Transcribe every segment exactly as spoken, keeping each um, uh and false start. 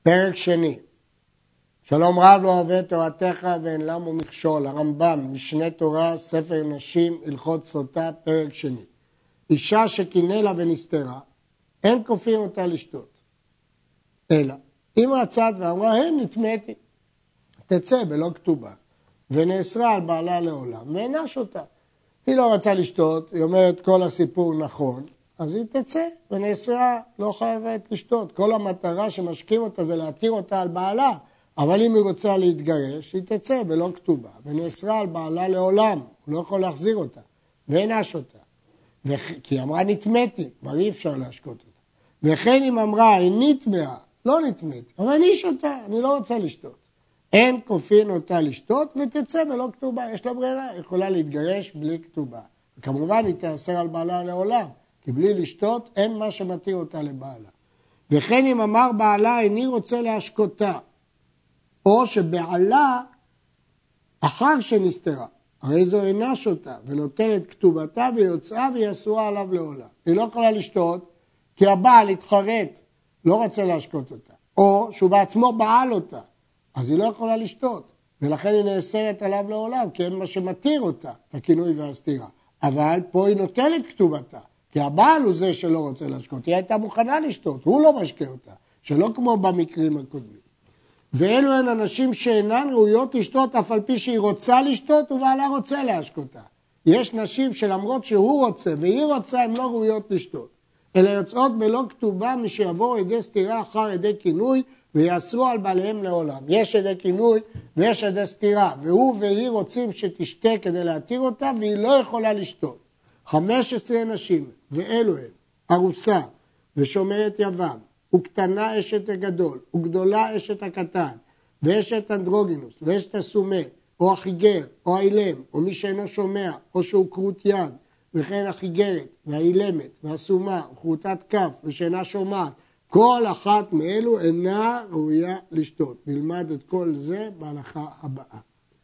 פרק שני. שלום רב לא אוהב את תורתך ואין למו מכשול. הרמב"ם, משנה תורה, ספר נשים, הלכות סוטה, פרק שני. אישה שקינא לה ונסתרה, אין כופים אותה לשתות. אלא, אם רצת ואמרה, הם נטמאתי, תצא בלא כתובה, ונאסרה על בעלה לעולם, ואינש אותה. היא לא רצה לשתות, היא אומרת כל הסיפור נכון, אז היא תצא ונאסרה, לא חייבת לשתות. כל המטרה שמשקים אותה זה להתיר אותה על בעלה, אבל אם היא רוצה להתגרש, היא תצא בלא כתובה, ונאסרה על בעלה לעולם, הוא לא יכול להחזיר אותה, ואינש אותה. וכ... כי היא אמרה נטמאתי, כבר אי אפשר להשקות אותה. וכן אם אמרה, היא נטמאה, לא נטמאתי, אבל אני שותה, אני לא רוצה לשתות. אין כופין אותה לשתות ותצא בלא כתובה, יש לה ברירה, היא יכולה להתגרש בלי כתובה. וכמובן היא תאסר על בעלה לעולם, כי בלי לשתות אין מה שמתיר אותה לבעלה. וכן אם אמר בעלה, איני רוצה להשקותה, או שבעלה אחר שנסתרה, הרי זו אינה שותה, ונוטלת כתובתה ויוצאה ויסורה עליו לעולם. היא לא יכולה לשתות, כי הבעל התחרט, לא רוצה להשקות אותה, או שהוא בעצמו בעל אותה, אז היא לא יכולה לשתות, ולכן היא נאסרת עליו לעולם, כי אין מה שמתיר אותה, הכינוי והסתירה. אבל פה היא נוטלת כתובתה, כי הבעל הוא זה שלא רוצה להשקות, היא הייתה מוכנה לשתות, הוא לא משקה אותה, שלא כמו במקרים הקודמים. ואלו הן אנשים שאינן ראויות לשתות, אף על פי שהיא רוצה לשתות ובעלה רוצה להשקותה. יש נשים שלמרות שהוא רוצה והיא רוצה, הן לא ראויות לשתות. אלא יוצאות בלא כתובה משיבואו עדי סתירה אחר עדי כינוי, ויאסרו על בעליהם לעולם. יש עדי כינוי ויש עדי סתירה, והוא והיא רוצים שתשתה כדי להתיר אותה, והיא לא יכולה לשתות. חמש עשרה נשים, ואלו הן, ארוסה ושומרת יבם, וקטנה אשת הגדול, וגדולה אשת הקטן, ואשת אנדרוגינוס, ואשת הסומה, או החיגר, או האילם, או מי שאינו שומע, או שהוא כרות יד, וכן החיגרת, והאילמת, והסומה, וכרותת כף, ושאינה שומעת, כל אחת מאלו אינה ראויה לשתות. נלמד את כל זה בהלכה הבאה.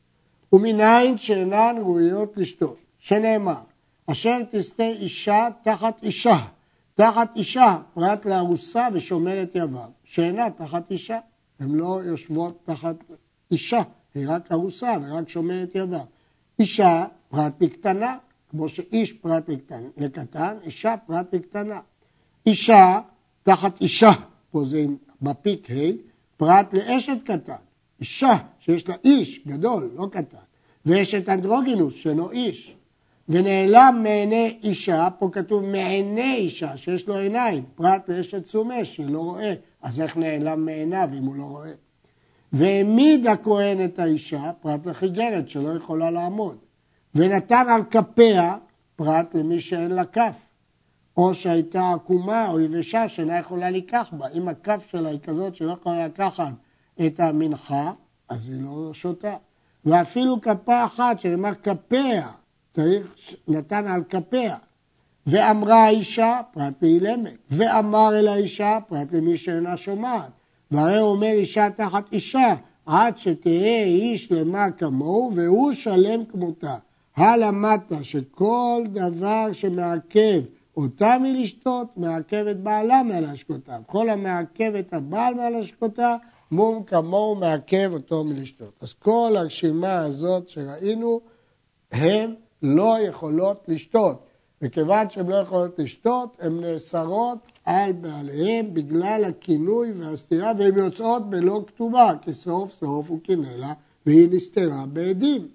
ומנין שאינן ראויות לשתות, שנאמר, אשר תסתה אישה תחת אישה, תחת אישה, פרט לארוסה ושומרת יבם, שאינה תחת אישה, הן לא יושבות תחת אישה, היא רק ארוסה ורק שומרת יבם. אישה פרט לקטנה, כמו שאיש פרט לקטן, לקטן, אישה פרט לקטנה. אישה תחת אישה, פה זה בפיק ה', פרט לאשת קטן, אישה שיש לה איש גדול, לא קטן, ואשת אנדרוגינוס שאינו איש. ונעלם מעיני אישה, פה כתוב מעיני אישה, שיש לו עיניים, פרט לאשת סומה שלא רואה, אז איך נעלם מעיניו אם הוא לא רואה? והעמיד הכהן את האישה, פרט לחיגרת שלא יכולה לעמוד, ונתן על כפיה, פרט למי שאין לה כף, או שהייתה עקומה או יבשה שאינה יכולה לקח בה, אם הכף שלה היא כזאת שלא יכולה לקחת את המנחה, אז היא לא שותה. ואפילו כפה אחת שנאמר כפיה, צריך נתן על כפיה, ואמרה האישה פרט לאילמת, ואמר אל האישה פרט למי שאינה שומעת, והרי אומר אישה תחת אישה, עד שתהיה היא שלמה כמוהו והוא שלם כמותה. הלמדת שכל דבר שמעכב אותה מלשתות, מעכב את בעלה מלהשקותה. כל המעכב את הבעל מלהשקותה, מום כמוהו מעכב אותו מלשתות. אז כל הרשימה הזאת שראינו, הם לא יכולות לשתות, וכיוון שהן לא יכולות לשתות, הן נאסרות על בעליהם בגלל הכינוי והסתירה, והן יוצאות בלא כתובה, כי סוף סוף הוא קינא לה, והיא נסתרה בעדים.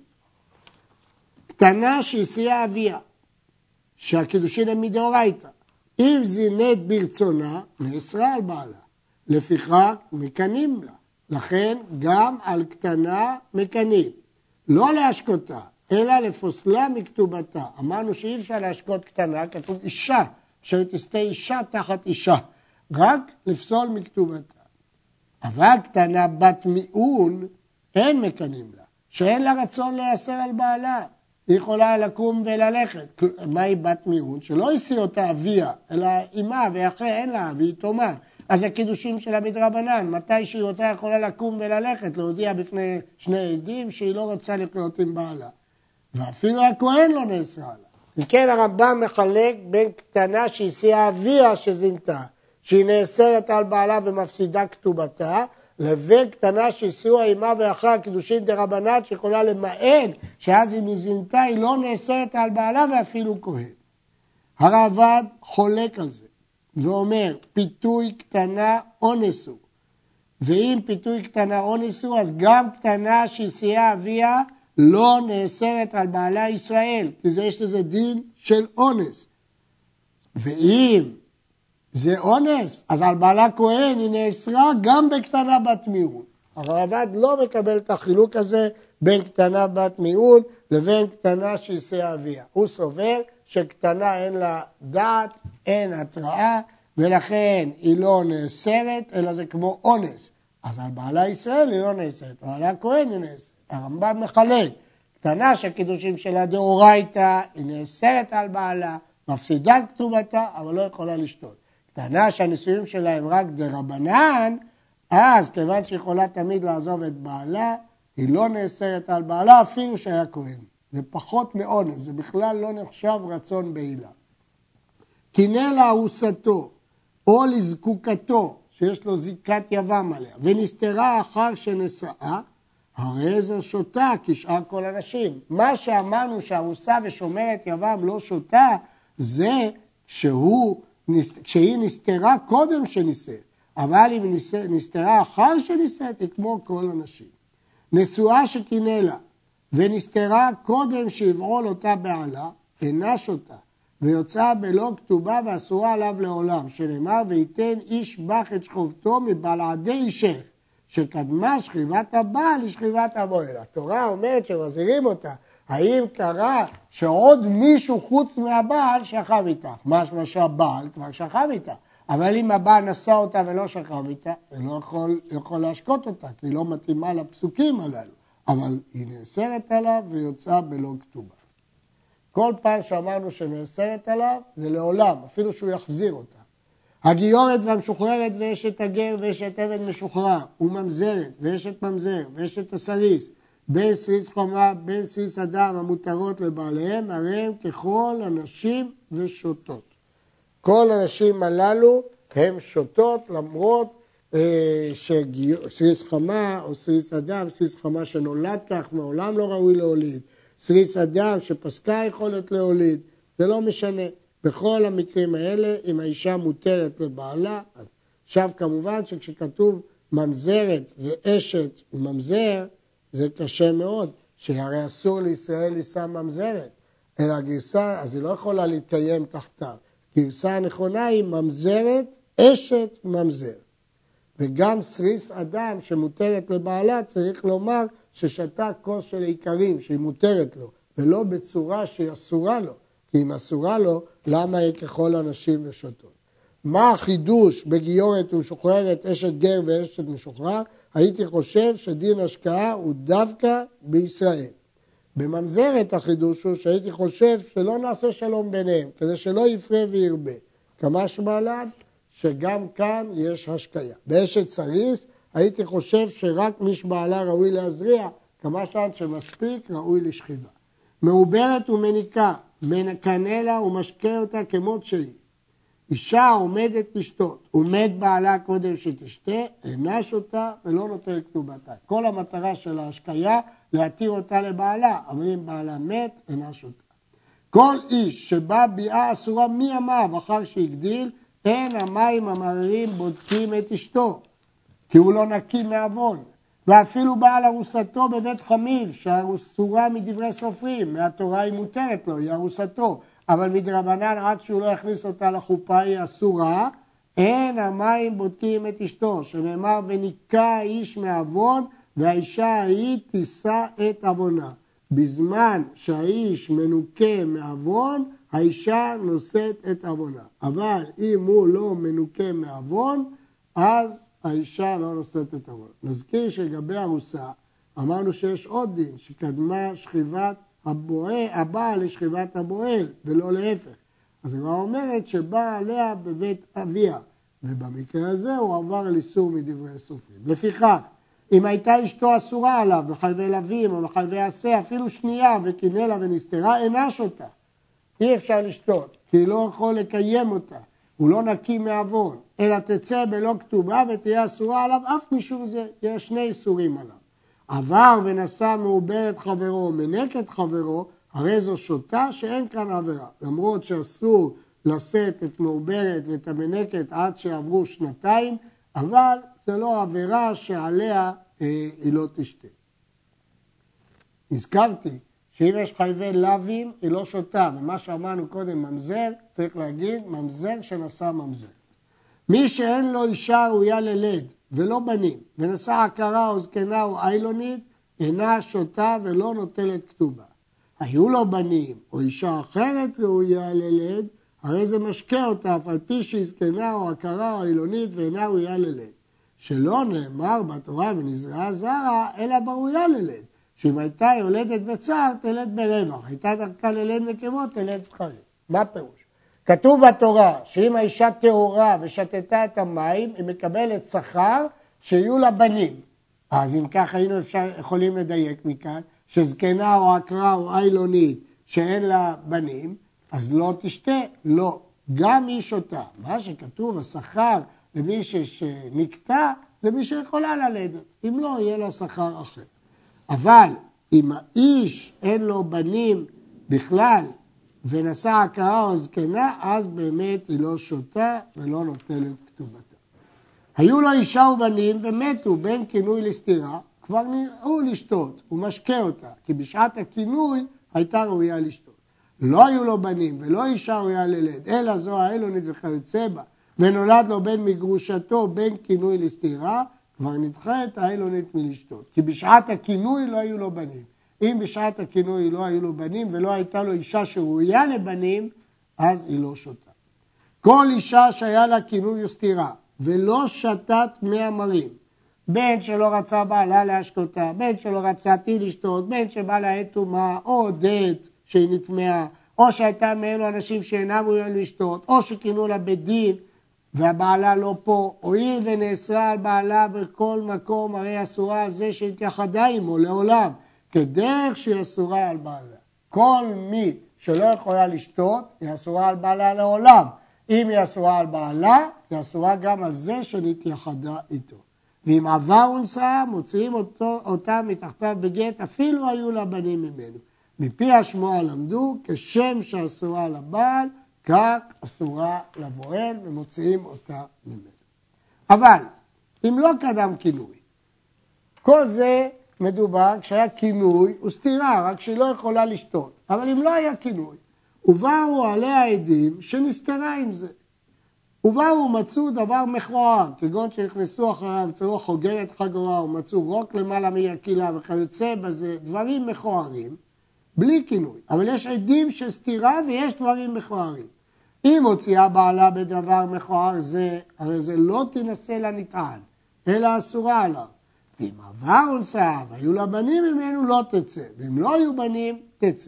קטנה שהסיעה אביה, שהקידושין הם מדאורייתא, אם זינית ברצונה, נאסרה על בעלה, לפיכך מקנים לה, לכן גם על קטנה מקנים, לא להשקותה, אלא לפוסלה מכתובתה. אמרנו שאי אפשר להשקות קטנה, כתוב אישה, שתסתה אישה תחת אישה, רק לפסול מכתובתה. אבל קטנה בת מיעון, אין מקנים לה, שאין לה רצון להיאסר על בעלה. היא יכולה לקום וללכת. מהי בת מיעון? שלא הסיר אותה אביה, אלא אימה, ואחרי אין לה, והיא תומה. אז הקידושים שלה מדרבנן, מתי שהיא רוצה יכולה לקום וללכת, להודיע בפני שני עדים שהיא לא רוצה לחיות עם בעלה. ואפילו הכהן לא נאסרה לה. וכן הרמב"ם מחלק בין קטנה שהסיעה אביה שזינתה, שהיא נאסרת על בעלה ומפסידה כתובתה, לבין קטנה שאיסור עימה ואחר קידושין דרבנן שיכולה למען, שאז אם היא זינתה היא לא נאסרת על בעלה ואפילו כהן. הרעב"ד חולק על זה ואומר פיתוי קטנה אונס הוא, ואם פיתוי קטנה אונס הוא אז גם קטנה שהסיעה אביה לא נאסרת על בעלה ישראל, כי זה יש לזה דין של אונס. ואם זה אונס, אז על בעלה כהן היא נאסרה גם בקטנה בת מיעוט. הרעב"ד לא מקבל את החילוק הזה בין קטנה בת מיעוט לבין קטנה שהסיעה אביה. הוא סובר שקטנה אין לה דעת, אין התראה, ולכן היא לא נאסרת, אלא זה כמו אונס. אז על בעלה ישראל היא לא נאסרת, אבל בעלה כהן היא נאסרת. הרמב"ם מחלק, קטנה שהקידושים שלה דאורייתא, היא נאסרת על בעלה, מפסידה כתובתה, אבל לא יכולה לשתות. קטנה שהנישואים שלה הם רק דרבנן, אז כיוון שהיא יכולה תמיד לעזוב את בעלה, היא לא נאסרת על בעלה אפילו שהיה כהן. זה פחות מאונס, זה בכלל לא נחשב רצון בעילה. קינא לארוסתו או לזקוקתו, שיש לו זיקת יבם עליה, ונסתרה אחר שנשאה, הרי זו שותה כשאר כל אנשים. מה שאמרנו שהארוסה ושומרת יבם לא שותה, זה שהוא, כשהיא נסתרה קודם שנישאת, אבל אם נסתרה אחר שנישאת, היא כמו כל אנשים. נשואה שקינא לה, ונסתרה קודם שיבעול אותה בעלה, אינה שותה, ויוצאה בלא כתובה ואסורה עליו לעולם, שנאמר וייתן איש בך את שכבתו מבלעדי אישך, שקדמה שכיבת הבעל לשכיבת המוהל. התורה אומרת שמזהירים אותה, האם קרה שעוד מישהו חוץ מהבעל שכב איתה? משמע שהבעל כבר שכב איתה, אבל אם הבעל נשא אותה ולא שכב איתה, הוא לא יכול, יכול להשקות אותה, כי היא לא מתאימה לפסוקים הללו, אבל היא נאסרת עליו ויוצאה בלא כתובה. כל פעם שאמרנו שנאסרת עליו, זה לעולם, אפילו שהוא יחזיר אותה. הגיורת והמשוחררת ואשת הגר ואשת עבד משוחרר, וממזרת ואשת ממזר ואשת הסריס, בין סריס חומה, בין סריס אדם המותרות לבעליהם, הרי הם ככל הנשים ושותות. כל הנשים הללו הם שותות למרות אה, שסריס חמה או סריס אדם, סריס חמה שנולד כך, מעולם לא ראוי להוליד, סריס אדם שפסקה יכולת להוליד, זה לא משנה. בכל המקרים האלה, אם האישה מותרת לבעלה, עכשיו כמובן שכשכתוב ממזרת ואשת ממזר, זה קשה מאוד, שהרי אסור לישראל לישא ממזרת, אלא גרסה, אז היא לא יכולה להתקיים תחתיו. גרסה הנכונה היא ממזרת, אשת ממזר. וגם סריס אדם שמותרת לבעלה, צריך לומר ששתה כוס של עיקרים, שהיא מותרת לו, ולא בצורה שהיא אסורה לו. כי אם אסורה לו, למה היא ככל הנשים ושותות? מה החידוש בגיורת ומשוחררת אשת גר ואשת משוחרר? הייתי חושב שדין השקעה הוא דווקא בישראל. בממזרת החידוש הוא שהייתי חושב שלא נעשה שלום ביניהם, כדי שלא יפרה וירבה. כמה שמעלן שגם כאן יש השקעה. באשת סריס הייתי חושב שרק מי שבעלה ראוי להזריע, כמה שמעלן שמספיק ראוי לשכיבה. מעוברת ומניקה, מקנא לה ומשקה אותה כמות שהיא. אישה עומדת לשתות, עומד בעלה קודם שתשתה, אינה שותה ולא נותנת כתובתה. כל המטרה של ההשקיה להתיר אותה לבעלה, אבל אם בעלה מת, אינה שותה. כל איש שבא ביאה אסורה מימיו אחר שהגדיל, אין המים המררים בודקים את אשתו, כי הוא לא נקי מעוון. ואפילו בעל ארוסתו בבית חמיב, שהאסורה מדברי סופרים, מהתורה היא מותרת לו, היא ארוסתו, אבל מדרבנן עד שהוא לא יכניס אותה לחופה היא אסורה, אין המים בודקים את אשתו, שנאמר וניקה האיש מעוון, והאישה ההיא תישא את עוונה. בזמן שהאיש מנוקה מעוון, האישה נושאת את עוונה. אבל אם הוא לא מנוקה מעוון, אז האישה לא נושאת את עוונה. נזכיר שלגבי ארוסה, אמרנו שיש עוד דין, שקדמה שכיבת הבועל, הבעל לשכיבת הבועל, ולא להפך. אז היא אומרת שבאה עליה בבית אביה, ובמקרה הזה הוא עבר על איסור מדברי סופרים. לפיכך, אם הייתה אשתו אסורה עליו, בחלבי לווים או בחלבי עשה, אפילו שנייה וקינא לה ונסתרה, אינה שותה. אי אפשר לשתות, כי היא לא יכול לקיים אותה. הוא לא נקי מעוון. אלא תצא בלא כתובה ותהיה אסורה עליו אף משום זה, יש שני איסורים עליו. עבר ונשא מעוברת חברו ומנק את חברו, הרי זו שוטה שאין כאן עבירה. למרות שאסור לשאת את מעוברת ואת המנקת עד שעברו שנתיים, אבל זה לא עבירה שעליה אה, היא לא תשתה. הזכרתי שאם יש חייבי לווים, היא לא שותה, ומה שאמרנו קודם ממזר, צריך להגיד ממזר שנשא ממזר. מי שאין לו אישה ראויה ללד ולא בנים, ונשא עקרה או זקנה או איילונית, אינה שותה ולא נוטלת כתובה. היו לו בנים או אישה אחרת ראויה ללד, הרי זה משקה אותה, אף על פי שהיא זקנה או עקרה או איילונית ואינה ראויה ללד. שלא נאמר בתורה ונזרעה זרע, אלא בראויה ללד. שאם הייתה יולדת בצער, תלד ברווח. הייתה דרכה ללד נקבות, תלד זכרים. מה פירוש? כתוב בתורה שאם האישה טהורה ושתתה את המים, היא מקבלת שכר שיהיו לה בנים. אז אם כך היינו אפשר, יכולים לדייק מכאן, שזקנה או עקרה או איילונית שאין לה בנים, אז לא תשתה, לא. גם היא שותה. מה שכתוב, השכר למי שנקטע, זה מי שיכולה ללדת. אם לא, יהיה לו שכר אחר. אבל אם האיש אין לו בנים בכלל, ונשא עקרה או זקנה, אז באמת היא לא שותה ולא נוטלת כתובתה. היו לו אישה ובנים ומתו בין כינוי לסתירה, כבר נראו לשתות, הוא משקה אותה, כי בשעת הכינוי הייתה ראויה לשתות. לא היו לו בנים ולא אישה ראויה ללד, אלא זו האילונית וכיוצא בה, ונולד לו בן מגרושתו בין כינוי לסתירה, כבר נדחה את האילונית מלשתות. כי בשעת הכינוי לא היו לו בנים. אם בשעת הכינוי לא היו לו בנים ולא הייתה לו אישה שראויה לבנים, אז היא לא שותה. כל אישה שהיה לה כינוי וסתירה ולא שתת מי המרים, בין שלא רצה בעלה להשקותה, בין שלא רצתי לשתות, בין שבא לה טומאה או דעת שהיא נטמעה, או שהייתה מאלו אנשים שאינם ראויים לשתות, או שכינו לה בדין והבעלה לא פה, הואיל ונאסרה על בעלה בכל מקום, הרי אסורה על זה שהתייחדה עמו לעולם, כדרך שהיא אסורה על בעלה. כל מי שלא יכולה לשתות, היא אסורה על בעלה לעולם. אם היא אסורה על בעלה, היא אסורה גם על זה שנתייחדה איתו. ואם עבר ונשאה, מוציאים אותו, אותה מתחתיו בגט, אפילו היו לה בנים ממנו. מפי השמועה למדו, כשם שאסורה על הבעל, כך אסורה לבועל ומוציאים אותה ממנו. אבל, אם לא קדם כינוי, כל זה מדובר כשהיה כינוי וסתירה, רק שהיא לא יכולה לשתות. אבל אם לא היה כינוי, ובאו עליה עדים שנסתרה עם זה. ובאו מצאו דבר מכוער, כגון שנכנסו אחריו, צרו חוגרת חגורה, ומצאו רוק למעלה מהקהילה וכיוצא בזה, דברים מכוערים, בלי כינוי. אבל יש עדים של סתירה ויש דברים מכוערים. אם הוציאה בעלה בדבר מכוער זה, הרי זה לא תנסה לנטען, אלא אסורה עליו. ואם עבר ונשאה והיו לה בנים ממנו לא תצא, ואם לא היו בנים תצא.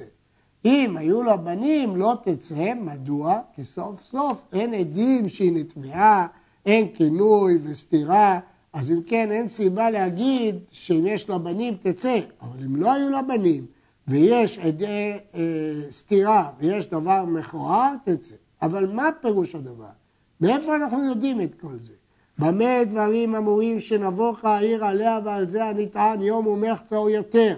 אם היו לה בנים לא תצא, מדוע? כי סוף סוף אין עדים שהיא נטמעה, אין כינוי וסתירה, אז אם כן אין סיבה להגיד שאם יש לה בנים תצא, אבל אם לא היו לה בנים ויש עדי אה, סתירה ויש דבר מכוער תצא. אבל מה פירוש הדבר? מאיפה אנחנו יודעים את כל זה? במה דברים אמורים שנבוך העיר עליה ועל זה הנטען יום ומחצה או יותר.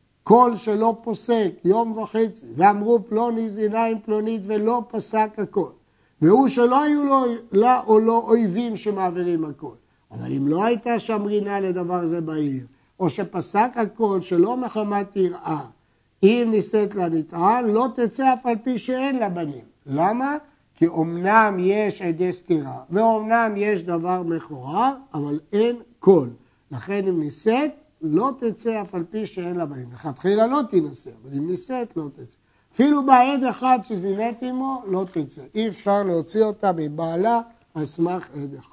כל שלא פוסק יום וחצי, ואמרו פלוני זינה עם פלונית ולא פסק הכל. והוא שלא היו לו לה או לא אויבים שמעבירים הכל. אבל אם לא הייתה שם רינה לדבר זה בעיר, או שפסק הכל שלא מחמת יראה, אם ניסית לנטען, לא תצא אף על פי שאין לה בנים. למה? כי אומנם יש עדי סתירה, ואומנם יש דבר מכוער, אבל אין קול. לכן אם ניסית, לא תצא אף על פי שאין לה בנים. לכתחילה לא תנסה, אבל אם ניסית, לא תצא. אפילו בעד אחד שזינית עמו, לא תצא. אי אפשר להוציא אותה מבעלה על סמך עד אחד.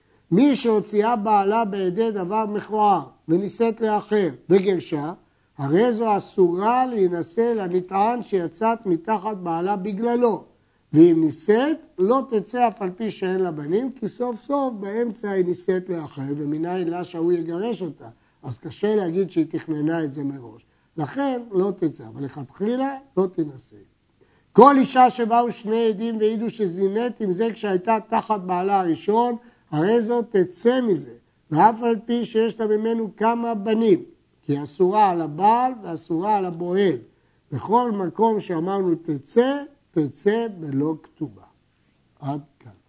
מי שהוציאה בעלה בעדי דבר מכוער, וניסית לאחר, וגרשה, הרי זו אסורה להינשא לנטען שיצאת מתחת בעלה בגללו. ואם ניסית, לא תצא אף על פי שאין לה בנים, כי סוף סוף באמצע היא ניסית לאחר, ומנין לה שהוא יגרש אותה. אז קשה להגיד שהיא תכננה את זה מראש. לכן לא תצא, אבל לכתחילה לא תנסה. כל אישה שבאו שני עדים והעידו שזינית עם זה כשהייתה תחת בעלה הראשון, הרי זאת תצא מזה, ואף על פי שיש לה ממנו כמה בנים, כי אסורה על הבעל ואסורה על הבועל. בכל מקום שאמרנו תצא, תצא בלא כתובה. עד כאן.